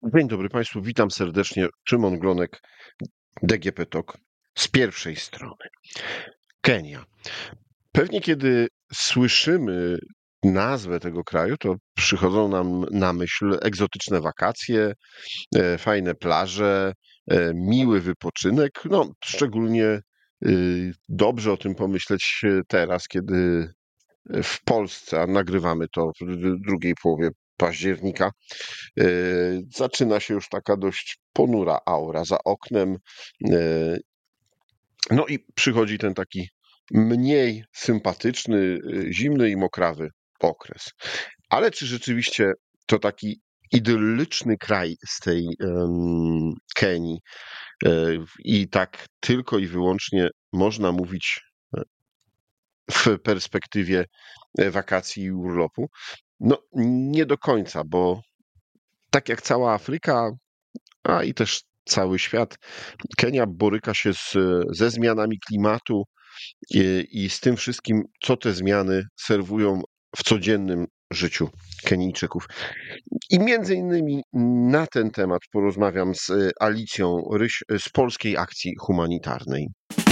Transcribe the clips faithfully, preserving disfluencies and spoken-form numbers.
Dzień dobry Państwu, witam serdecznie. Szymon Glonek, D G P Talk z pierwszej strony. Kenia. Pewnie kiedy słyszymy nazwę tego kraju, to przychodzą nam na myśl egzotyczne wakacje, e, fajne plaże, e, miły wypoczynek. No, szczególnie y, dobrze o tym pomyśleć teraz, kiedy w Polsce, a nagrywamy to w drugiej połowie października, e, zaczyna się już taka dość ponura aura za oknem. e, No i przychodzi ten taki mniej sympatyczny, e, zimny i mokrawy okres. Ale czy rzeczywiście to taki idylliczny kraj z tej em, Kenii e, i tak tylko i wyłącznie można mówić e, w perspektywie e, wakacji i urlopu? No, nie do końca, bo tak jak cała Afryka, a i też cały świat, Kenia boryka się z, ze zmianami klimatu i, i z tym wszystkim, co te zmiany serwują w codziennym życiu Kenijczyków. I między innymi na ten temat porozmawiam z Alicją Ryś z Polskiej Akcji Humanitarnej.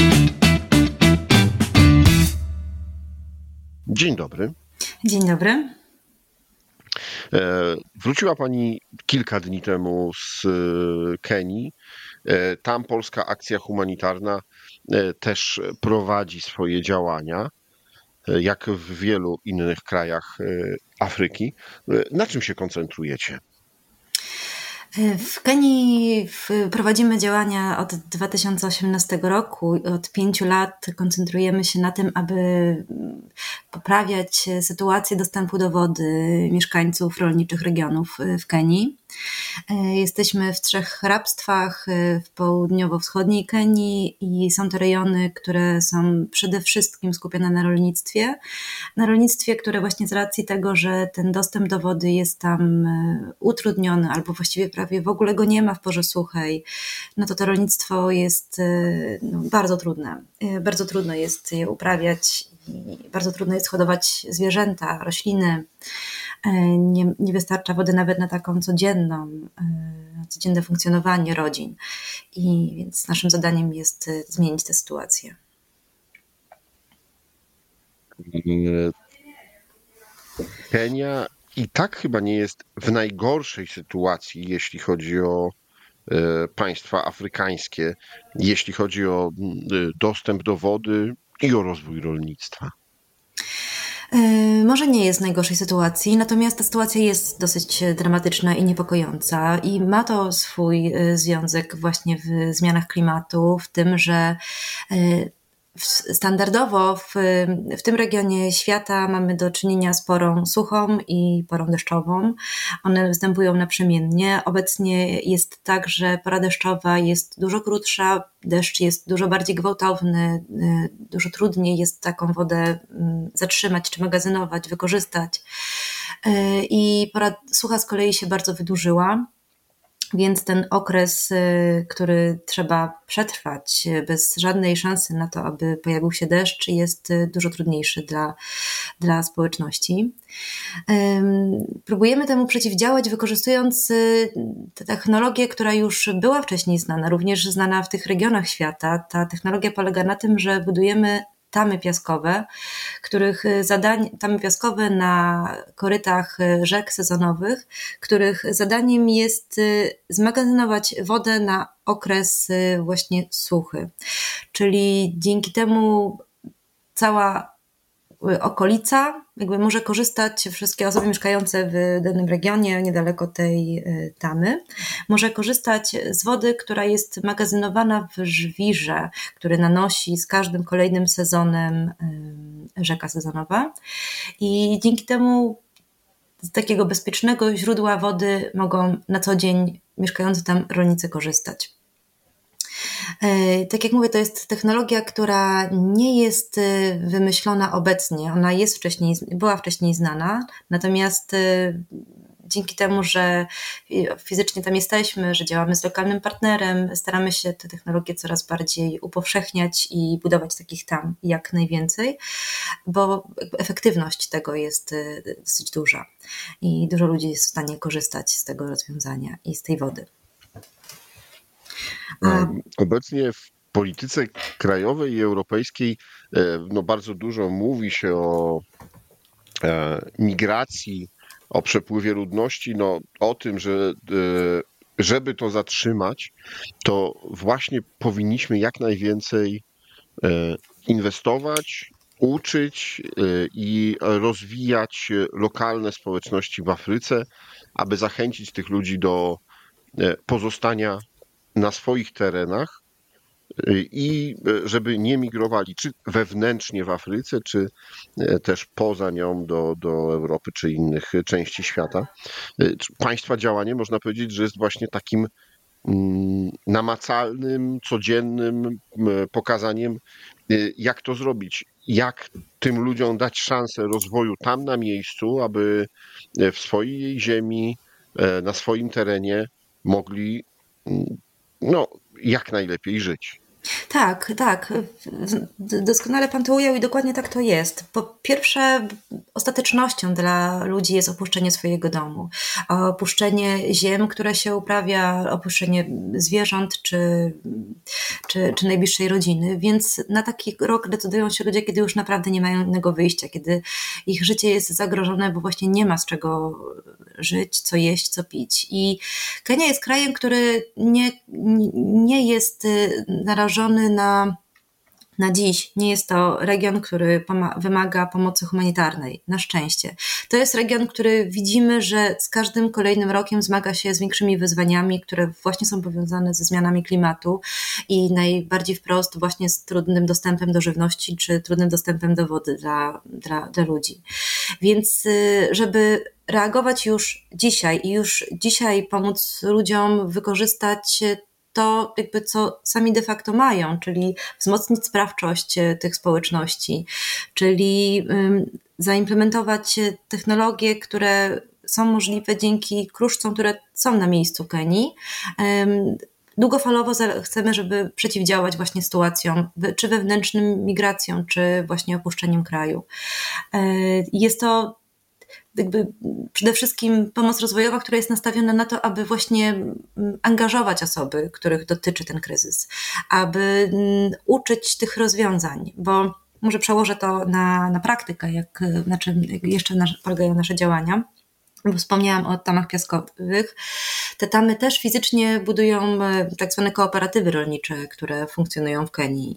Dzień dobry. Dzień dobry. E, Wróciła Pani kilka dni temu z e, Kenii. E, Tam Polska Akcja Humanitarna e, też prowadzi swoje działania, e, jak w wielu innych krajach e, Afryki. E, Na czym się koncentrujecie? W Kenii w- prowadzimy działania od dwa tysiące osiemnastego roku. Od pięciu lat koncentrujemy się na tym, aby mm, poprawiać sytuację dostępu do wody mieszkańców rolniczych regionów y, w Kenii. Y, Jesteśmy w trzech hrabstwach y, w południowo-wschodniej Kenii i są to rejony, które są przede wszystkim skupione na rolnictwie. Na rolnictwie, które właśnie z racji tego, że ten dostęp do wody jest tam y, utrudniony albo właściwie prawie w ogóle go nie ma w porze suchej, no to to rolnictwo jest y, no, bardzo trudne. Y, Bardzo trudno jest je uprawiać i bardzo trudno jest hodować zwierzęta, rośliny. Y, Nie, nie wystarcza wody nawet na taką codzienną, y, codzienne funkcjonowanie rodzin. I więc naszym zadaniem jest y, zmienić tę sytuację. E, Kenia i tak chyba nie jest w najgorszej sytuacji, jeśli chodzi o e, państwa afrykańskie, jeśli chodzi o mm, e, dostęp do wody i o rozwój rolnictwa. Yy, Może nie jest w najgorszej sytuacji, natomiast ta sytuacja jest dosyć dramatyczna i niepokojąca i ma to swój yy, związek właśnie w zmianach klimatu, w tym, że yy, w- standardowo w, w tym regionie świata mamy do czynienia z porą suchą i porą deszczową. One występują naprzemiennie. Obecnie jest tak, że pora deszczowa jest dużo krótsza, deszcz jest dużo bardziej gwałtowny, y, dużo trudniej jest taką wodę mm, zatrzymać czy magazynować, wykorzystać. Y, I pora sucha z kolei się bardzo wydłużyła. Więc ten okres, y, który trzeba przetrwać y, bez żadnej szansy na to, aby pojawił się deszcz, jest y, dużo trudniejszy dla, dla społeczności. Ym, Próbujemy temu przeciwdziałać, wykorzystując y, tę technologię, która już była wcześniej znana, również znana w tych regionach świata. Ta technologia polega na tym, że budujemy tamy piaskowe, których y, zadań, tamy piaskowe na korytach y, rzek sezonowych, których zadaniem jest y, zmagazynować wodę na okres y, właśnie suchy. Czyli dzięki temu cała y, okolica jakby może korzystać, wszystkie osoby mieszkające w danym regionie, niedaleko tej y, tamy, może korzystać z wody, która jest magazynowana w żwirze, który nanosi z każdym kolejnym sezonem y, rzeka sezonowa. I dzięki temu z takiego bezpiecznego źródła wody mogą na co dzień mieszkający tam rolnicy korzystać. E, Tak jak mówię, to jest technologia, która nie jest e, wymyślona obecnie. Ona jest wcześniej, była wcześniej znana, natomiast e, dzięki temu, że fizycznie tam jesteśmy, że działamy z lokalnym partnerem, staramy się te technologie coraz bardziej upowszechniać i budować takich tam jak najwięcej, bo efektywność tego jest dosyć duża i dużo ludzi jest w stanie korzystać z tego rozwiązania i z tej wody. A... Obecnie w polityce krajowej i europejskiej no, bardzo dużo mówi się o migracji, o przepływie ludności, no, o tym, że żeby to zatrzymać, to właśnie powinniśmy jak najwięcej inwestować, uczyć i rozwijać lokalne społeczności w Afryce, aby zachęcić tych ludzi do pozostania na swoich terenach i żeby nie migrowali, czy wewnętrznie w Afryce, czy też poza nią do, do Europy, czy innych części świata. Państwa działanie, można powiedzieć, że jest właśnie takim namacalnym, codziennym pokazaniem, jak to zrobić, jak tym ludziom dać szansę rozwoju tam na miejscu, aby w swojej ziemi, na swoim terenie mogli no, jak najlepiej żyć. Tak, tak. Doskonale pan to ujął i dokładnie tak to jest. Po pierwsze, ostatecznością dla ludzi jest opuszczenie swojego domu, opuszczenie ziem, które się uprawia, opuszczenie zwierząt czy, czy, czy najbliższej rodziny, więc na taki krok decydują się ludzie, kiedy już naprawdę nie mają innego wyjścia, kiedy ich życie jest zagrożone, bo właśnie nie ma z czego żyć, co jeść, co pić. I Kenia jest krajem, który nie, nie jest narażony na, na dziś. Nie jest to region, który poma- wymaga pomocy humanitarnej. Na szczęście. To jest region, który widzimy, że z każdym kolejnym rokiem zmaga się z większymi wyzwaniami, które właśnie są powiązane ze zmianami klimatu i najbardziej wprost właśnie z trudnym dostępem do żywności czy trudnym dostępem do wody dla, dla, dla ludzi. Więc żeby reagować już dzisiaj i już dzisiaj pomóc ludziom wykorzystać to, jakby co sami de facto mają, czyli wzmocnić sprawczość tych społeczności, czyli zaimplementować technologie, które są możliwe dzięki kruszcom, które są na miejscu Kenii. Długofalowo chcemy, żeby przeciwdziałać właśnie sytuacjom, czy wewnętrznym migracjom, czy właśnie opuszczeniem kraju. Jest to jakby przede wszystkim pomoc rozwojowa, która jest nastawiona na to, aby właśnie angażować osoby, których dotyczy ten kryzys, aby uczyć tych rozwiązań, bo może przełożę to na, na praktykę, jak, na czym jeszcze nasz, polegają nasze działania. Bo wspomniałam o tamach piaskowych. Te tamy też fizycznie budują tak zwane kooperatywy rolnicze, które funkcjonują w Kenii.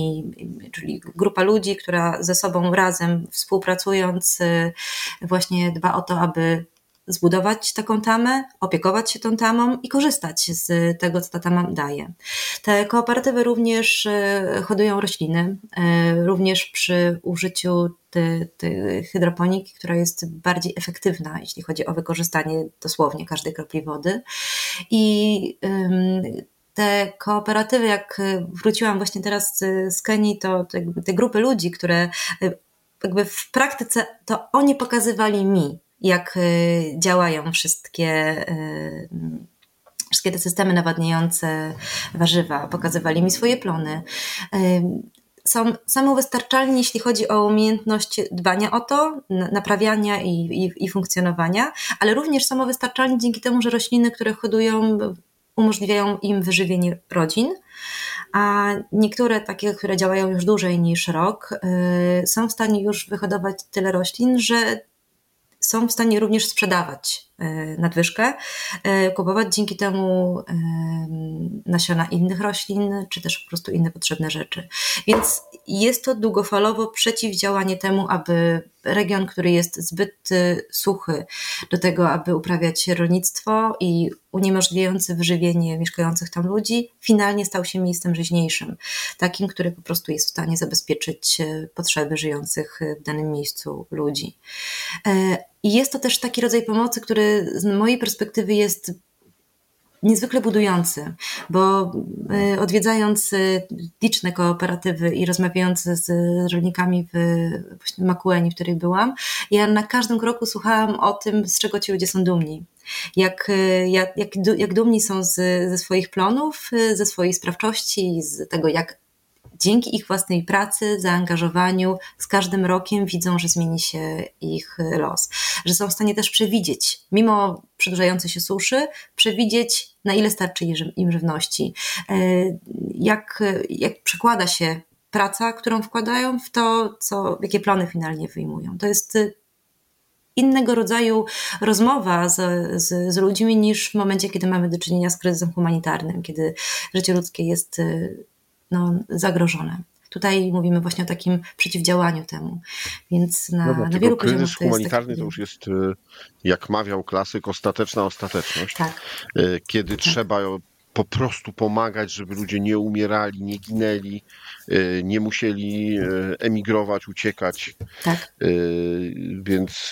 I, czyli grupa ludzi, która ze sobą razem współpracując właśnie dba o to, aby zbudować taką tamę, opiekować się tą tamą i korzystać z tego, co ta tama daje. Te kooperatywy również hodują rośliny, również przy użyciu tej te hydroponiki, która jest bardziej efektywna, jeśli chodzi o wykorzystanie dosłownie każdej kropli wody. I te kooperatywy, jak wróciłam właśnie teraz z Kenii, to, to jakby te grupy ludzi, które jakby w praktyce to oni pokazywali mi, jak działają wszystkie, wszystkie te systemy nawadniające warzywa. Pokazywali mi swoje plony. Są samowystarczalni, jeśli chodzi o umiejętność dbania o to, naprawiania i, i, i funkcjonowania, ale również samowystarczalni dzięki temu, że rośliny, które hodują, umożliwiają im wyżywienie rodzin, a niektóre takie, które działają już dłużej niż rok, są w stanie już wyhodować tyle roślin, że są w stanie również sprzedawać nadwyżkę, kupować dzięki temu nasiona innych roślin, czy też po prostu inne potrzebne rzeczy. Więc jest to długofalowo przeciwdziałanie temu, aby region, który jest zbyt suchy do tego, aby uprawiać rolnictwo i uniemożliwiający wyżywienie mieszkających tam ludzi, finalnie stał się miejscem żyźniejszym. Takim, który po prostu jest w stanie zabezpieczyć potrzeby żyjących w danym miejscu ludzi. I jest to też taki rodzaj pomocy, który z mojej perspektywy jest niezwykle budujący, bo odwiedzając liczne kooperatywy i rozmawiając z rolnikami w właśnie Makueni, w której byłam, ja na każdym kroku słuchałam o tym, z czego ci ludzie są dumni. Jak, jak, jak, jak dumni są z, ze swoich plonów, ze swojej sprawczości, z tego, jak dzięki ich własnej pracy, zaangażowaniu z każdym rokiem widzą, że zmieni się ich los. Że są w stanie też przewidzieć, mimo przedłużającej się suszy, przewidzieć, na ile starczy im żywności. Jak, jak przekłada się praca, którą wkładają w to, co, jakie plony finalnie wyjmują. To jest innego rodzaju rozmowa z, z, z ludźmi niż w momencie, kiedy mamy do czynienia z kryzysem humanitarnym, kiedy życie ludzkie jest no, zagrożone. Tutaj mówimy właśnie o takim przeciwdziałaniu temu. Więc na, no, na wielu kryzys poziomach to humanitarny jest to już jest, jak mawiał klasyk, ostateczna ostateczność. Tak. Kiedy tak. trzeba po prostu pomagać, żeby ludzie nie umierali, nie ginęli, nie musieli emigrować, uciekać. Tak. Więc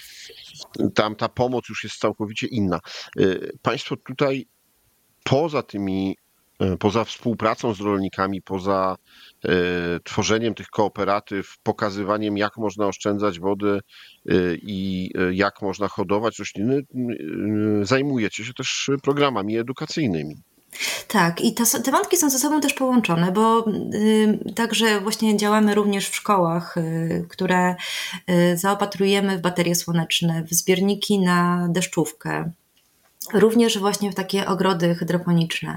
tam ta pomoc już jest całkowicie inna. Państwo tutaj poza tymi, poza współpracą z rolnikami, poza tworzeniem tych kooperatyw, pokazywaniem, jak można oszczędzać wodę i jak można hodować rośliny, zajmujecie się też programami edukacyjnymi. Tak, i to, te wątki są ze sobą też połączone, bo y, także właśnie działamy również w szkołach, y, które y, zaopatrujemy w baterie słoneczne, w zbiorniki na deszczówkę. Również właśnie w takie ogrody hydroponiczne.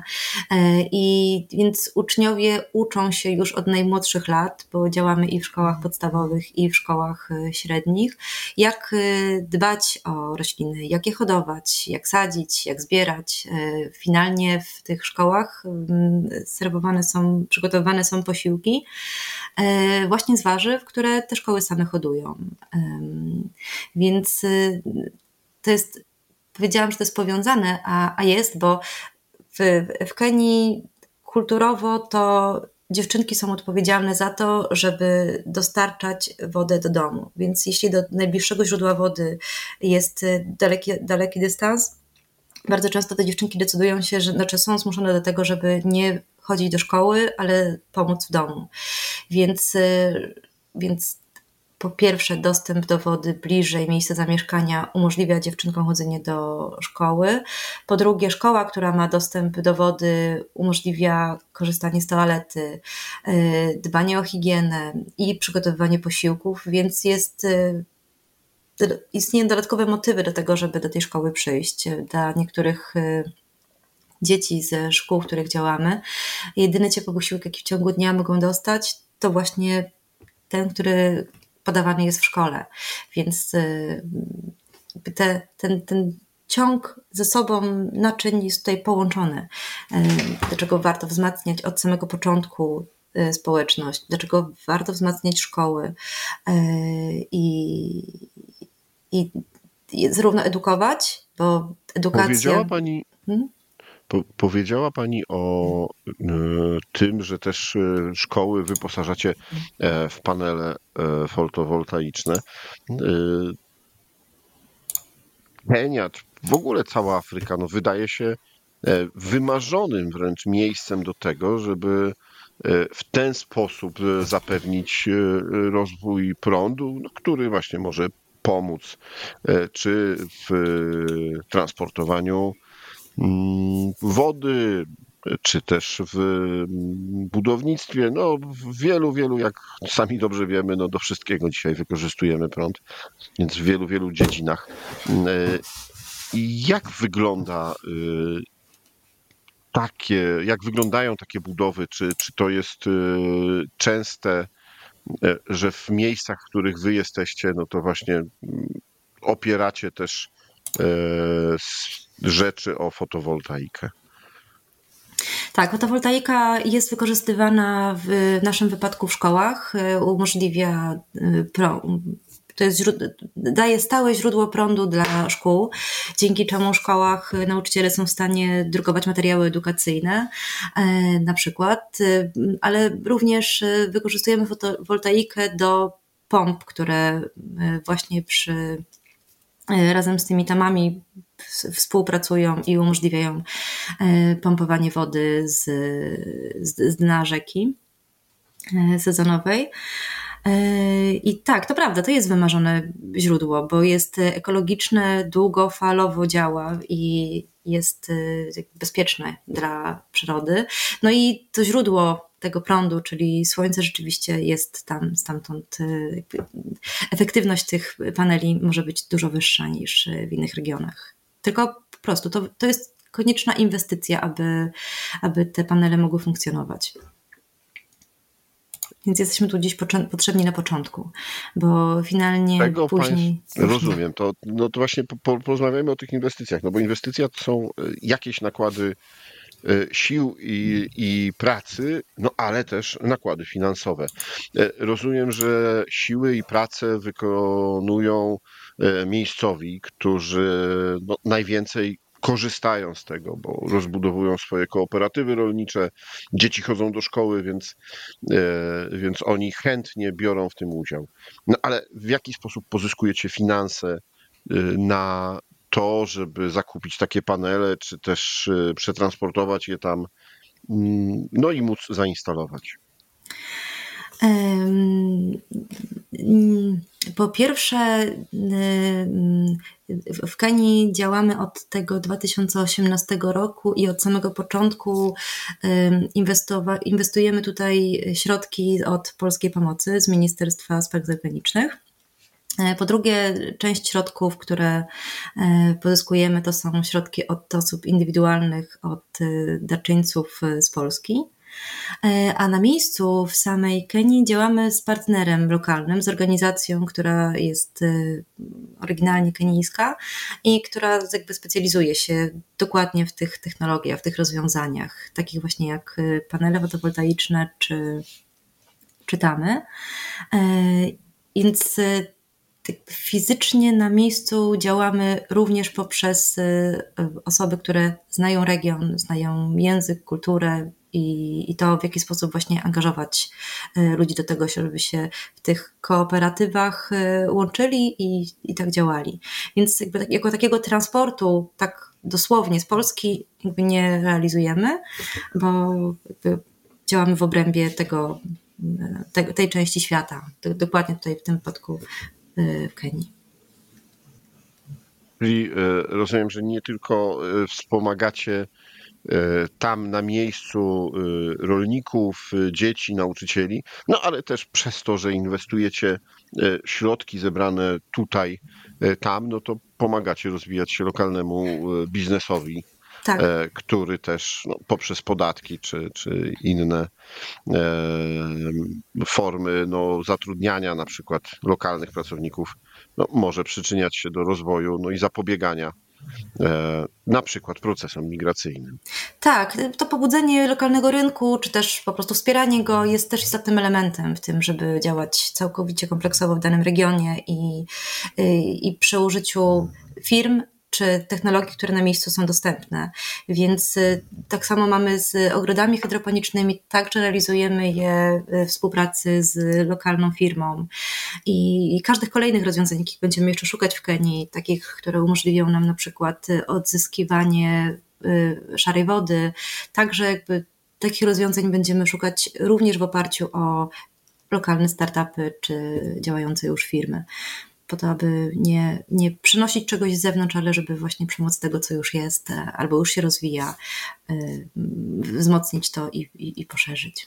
I więc uczniowie uczą się już od najmłodszych lat, bo działamy i w szkołach podstawowych, i w szkołach średnich, jak dbać o rośliny, jak je hodować, jak sadzić, jak zbierać. Finalnie w tych szkołach serwowane są, przygotowywane są posiłki właśnie z warzyw, które te szkoły same hodują. Więc to jest Powiedziałam, że to jest powiązane, a, a jest, bo w, w Kenii kulturowo to dziewczynki są odpowiedzialne za to, żeby dostarczać wodę do domu. Więc jeśli do najbliższego źródła wody jest daleki, daleki dystans, bardzo często te dziewczynki decydują się, że znaczy są zmuszone do tego, żeby nie chodzić do szkoły, ale pomóc w domu. Więc, więc po pierwsze, dostęp do wody bliżej miejsca zamieszkania umożliwia dziewczynkom chodzenie do szkoły. Po drugie, szkoła, która ma dostęp do wody, umożliwia korzystanie z toalety, dbanie o higienę i przygotowywanie posiłków, więc jest, istnieją dodatkowe motywy do tego, żeby do tej szkoły przyjść. Dla niektórych dzieci ze szkół, w których działamy, jedyny ciepły posiłek, jaki w ciągu dnia mogą dostać, to właśnie ten, który podawany jest w szkole, więc te, ten, ten ciąg ze sobą naczyń jest tutaj połączony. Dlaczego warto wzmacniać od samego początku społeczność, dlaczego warto wzmacniać szkoły i, i, i zarówno edukować, bo edukacja... Powiedziała Pani... Hmm? Po, powiedziała Pani o y, tym, że też y, szkoły wyposażacie y, w panele y, fotowoltaiczne. Y, Kenia, w ogóle cała Afryka, no, wydaje się y, wymarzonym wręcz miejscem do tego, żeby y, w ten sposób y, zapewnić y, rozwój prądu, no, który właśnie może pomóc y, czy w y, transportowaniu wody, czy też w budownictwie, no w wielu, wielu, jak sami dobrze wiemy, no do wszystkiego dzisiaj wykorzystujemy prąd, więc w wielu, wielu dziedzinach. I jak wygląda takie, jak wyglądają takie budowy? Czy, czy to jest częste, że w miejscach, w których wy jesteście, no to właśnie opieracie też rzeczy o fotowoltaikę? Tak, fotowoltaika jest wykorzystywana w naszym wypadku w szkołach, umożliwia, to jest źródło, daje stałe źródło prądu dla szkół, dzięki czemu w szkołach nauczyciele są w stanie drukować materiały edukacyjne na przykład, ale również wykorzystujemy fotowoltaikę do pomp, które właśnie przy razem z tymi tamami współpracują i umożliwiają pompowanie wody z, z, z dna rzeki sezonowej. I tak, to prawda, to jest wymarzone źródło, bo jest ekologiczne, długofalowo działa i jest bezpieczne dla przyrody. No i to źródło tego prądu, czyli słońce, rzeczywiście jest tam, stamtąd jakby efektywność tych paneli może być dużo wyższa niż w innych regionach. Tylko po prostu to, to jest konieczna inwestycja, aby, aby te panele mogły funkcjonować. Więc jesteśmy tu dziś potrzebni na początku, bo finalnie Tego później... Rozumiem, to, no to właśnie po, porozmawiajmy o tych inwestycjach, no bo inwestycja to są jakieś nakłady sił i, i pracy, no ale też nakłady finansowe. Rozumiem, że siły i pracę wykonują miejscowi, którzy no, najwięcej korzystają z tego, bo rozbudowują swoje kooperatywy rolnicze, dzieci chodzą do szkoły, więc, więc oni chętnie biorą w tym udział. No ale w jaki sposób pozyskujecie finanse na to, żeby zakupić takie panele, czy też przetransportować je tam, no i móc zainstalować? Po pierwsze, w Kenii działamy od tego dwa tysiące osiemnastego roku i od samego początku inwestujemy tutaj środki od Polskiej Pomocy z Ministerstwa Spraw Zagranicznych. Po drugie, część środków, które pozyskujemy, to są środki od osób indywidualnych, od darczyńców z Polski. A na miejscu w samej Kenii działamy z partnerem lokalnym, z organizacją, która jest oryginalnie kenijska i która jakby specjalizuje się dokładnie w tych technologiach, w tych rozwiązaniach, takich właśnie jak panele fotowoltaiczne czy, czy tamy. Więc fizycznie na miejscu działamy również poprzez osoby, które znają region, znają język, kulturę i, i to, w jaki sposób właśnie angażować ludzi do tego, żeby się w tych kooperatywach łączyli i, i tak działali. Więc jakby jako takiego transportu tak dosłownie z Polski jakby nie realizujemy, bo jakby działamy w obrębie tego, tej, tej części świata, dokładnie tutaj w tym wypadku w Kenii. Czyli rozumiem, że nie tylko wspomagacie tam na miejscu rolników, dzieci, nauczycieli, no ale też przez to, że inwestujecie środki zebrane tutaj, tam, no to pomagacie rozwijać się lokalnemu biznesowi, tak, który też no, poprzez podatki czy, czy inne formy no, zatrudniania na przykład lokalnych pracowników no, może przyczyniać się do rozwoju no, i zapobiegania na przykład procesom migracyjnym. Tak, to pobudzenie lokalnego rynku, czy też po prostu wspieranie go jest też istotnym elementem w tym, żeby działać całkowicie kompleksowo w danym regionie i, i, i przy użyciu firm czy technologii, które na miejscu są dostępne. Więc tak samo mamy z ogrodami hydroponicznymi, także realizujemy je w współpracy z lokalną firmą. I, i każdych kolejnych rozwiązań, jakich będziemy jeszcze szukać w Kenii, takich, które umożliwią nam na przykład odzyskiwanie y, szarej wody, także jakby takich rozwiązań będziemy szukać również w oparciu o lokalne startupy czy działające już firmy, po to, aby nie, nie przynosić czegoś z zewnątrz, ale żeby właśnie przy pomocy tego, co już jest albo już się rozwija, wzmocnić to i, i, i poszerzyć.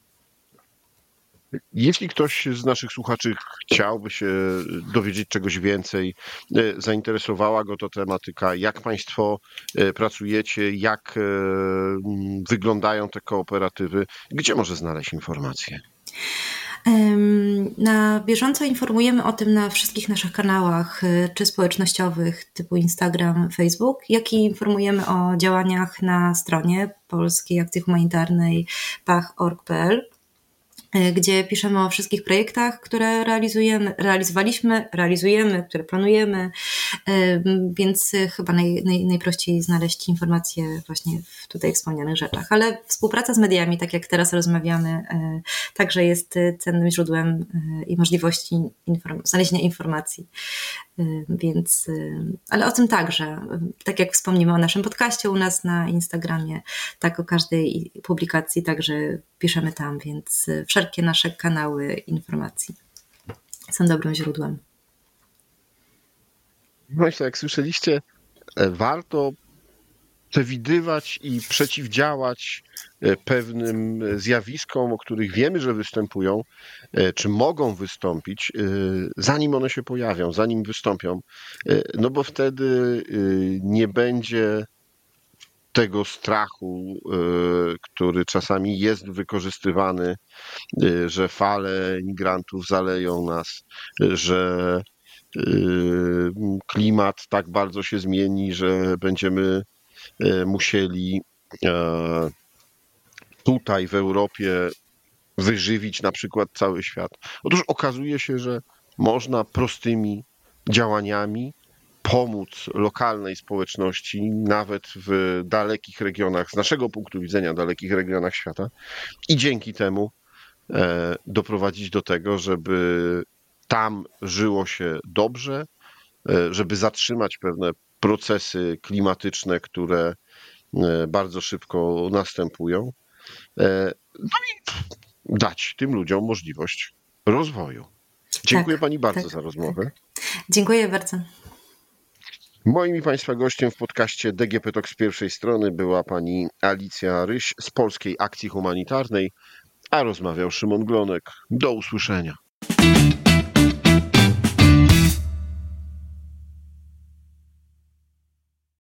Jeśli ktoś z naszych słuchaczy chciałby się dowiedzieć czegoś więcej, zainteresowała go to tematyka, jak Państwo pracujecie, jak wyglądają te kooperatywy, gdzie może znaleźć informacje? Na bieżąco informujemy o tym na wszystkich naszych kanałach, czy społecznościowych typu Instagram, Facebook, jak i informujemy o działaniach na stronie Polskiej Akcji Humanitarnej pach kropka org kropka p l, gdzie piszemy o wszystkich projektach, które realizujemy, realizowaliśmy, realizujemy, które planujemy, więc chyba naj, naj, najprościej znaleźć informacje właśnie w tutaj wspomnianych rzeczach. Ale współpraca z mediami, tak jak teraz rozmawiamy, także jest cennym źródłem i możliwości inform- znalezienia informacji Więc, ale o tym także, tak jak wspomnimy o naszym podcaście u nas na Instagramie, tak o każdej publikacji także piszemy tam, więc wszelkie nasze kanały informacji są dobrym źródłem. Myślę, jak słyszeliście, warto przewidywać i przeciwdziałać pewnym zjawiskom, o których wiemy, że występują, czy mogą wystąpić, zanim one się pojawią, zanim wystąpią, no bo wtedy nie będzie tego strachu, który czasami jest wykorzystywany, że fale migrantów zaleją nas, że klimat tak bardzo się zmieni, że będziemy musieli tutaj w Europie wyżywić na przykład cały świat. Otóż okazuje się, że można prostymi działaniami pomóc lokalnej społeczności, nawet w dalekich regionach, z naszego punktu widzenia dalekich regionach świata, i dzięki temu doprowadzić do tego, żeby tam żyło się dobrze, żeby zatrzymać pewne procesy klimatyczne, które bardzo szybko następują, no i dać tym ludziom możliwość rozwoju. Dziękuję tak, Pani bardzo tak, za rozmowę. Tak. Dziękuję bardzo. Moim i Państwa gościem w podcaście D G P Talk z pierwszej strony była Pani Alicja Ryś z Polskiej Akcji Humanitarnej, a rozmawiał Szymon Glonek. Do usłyszenia.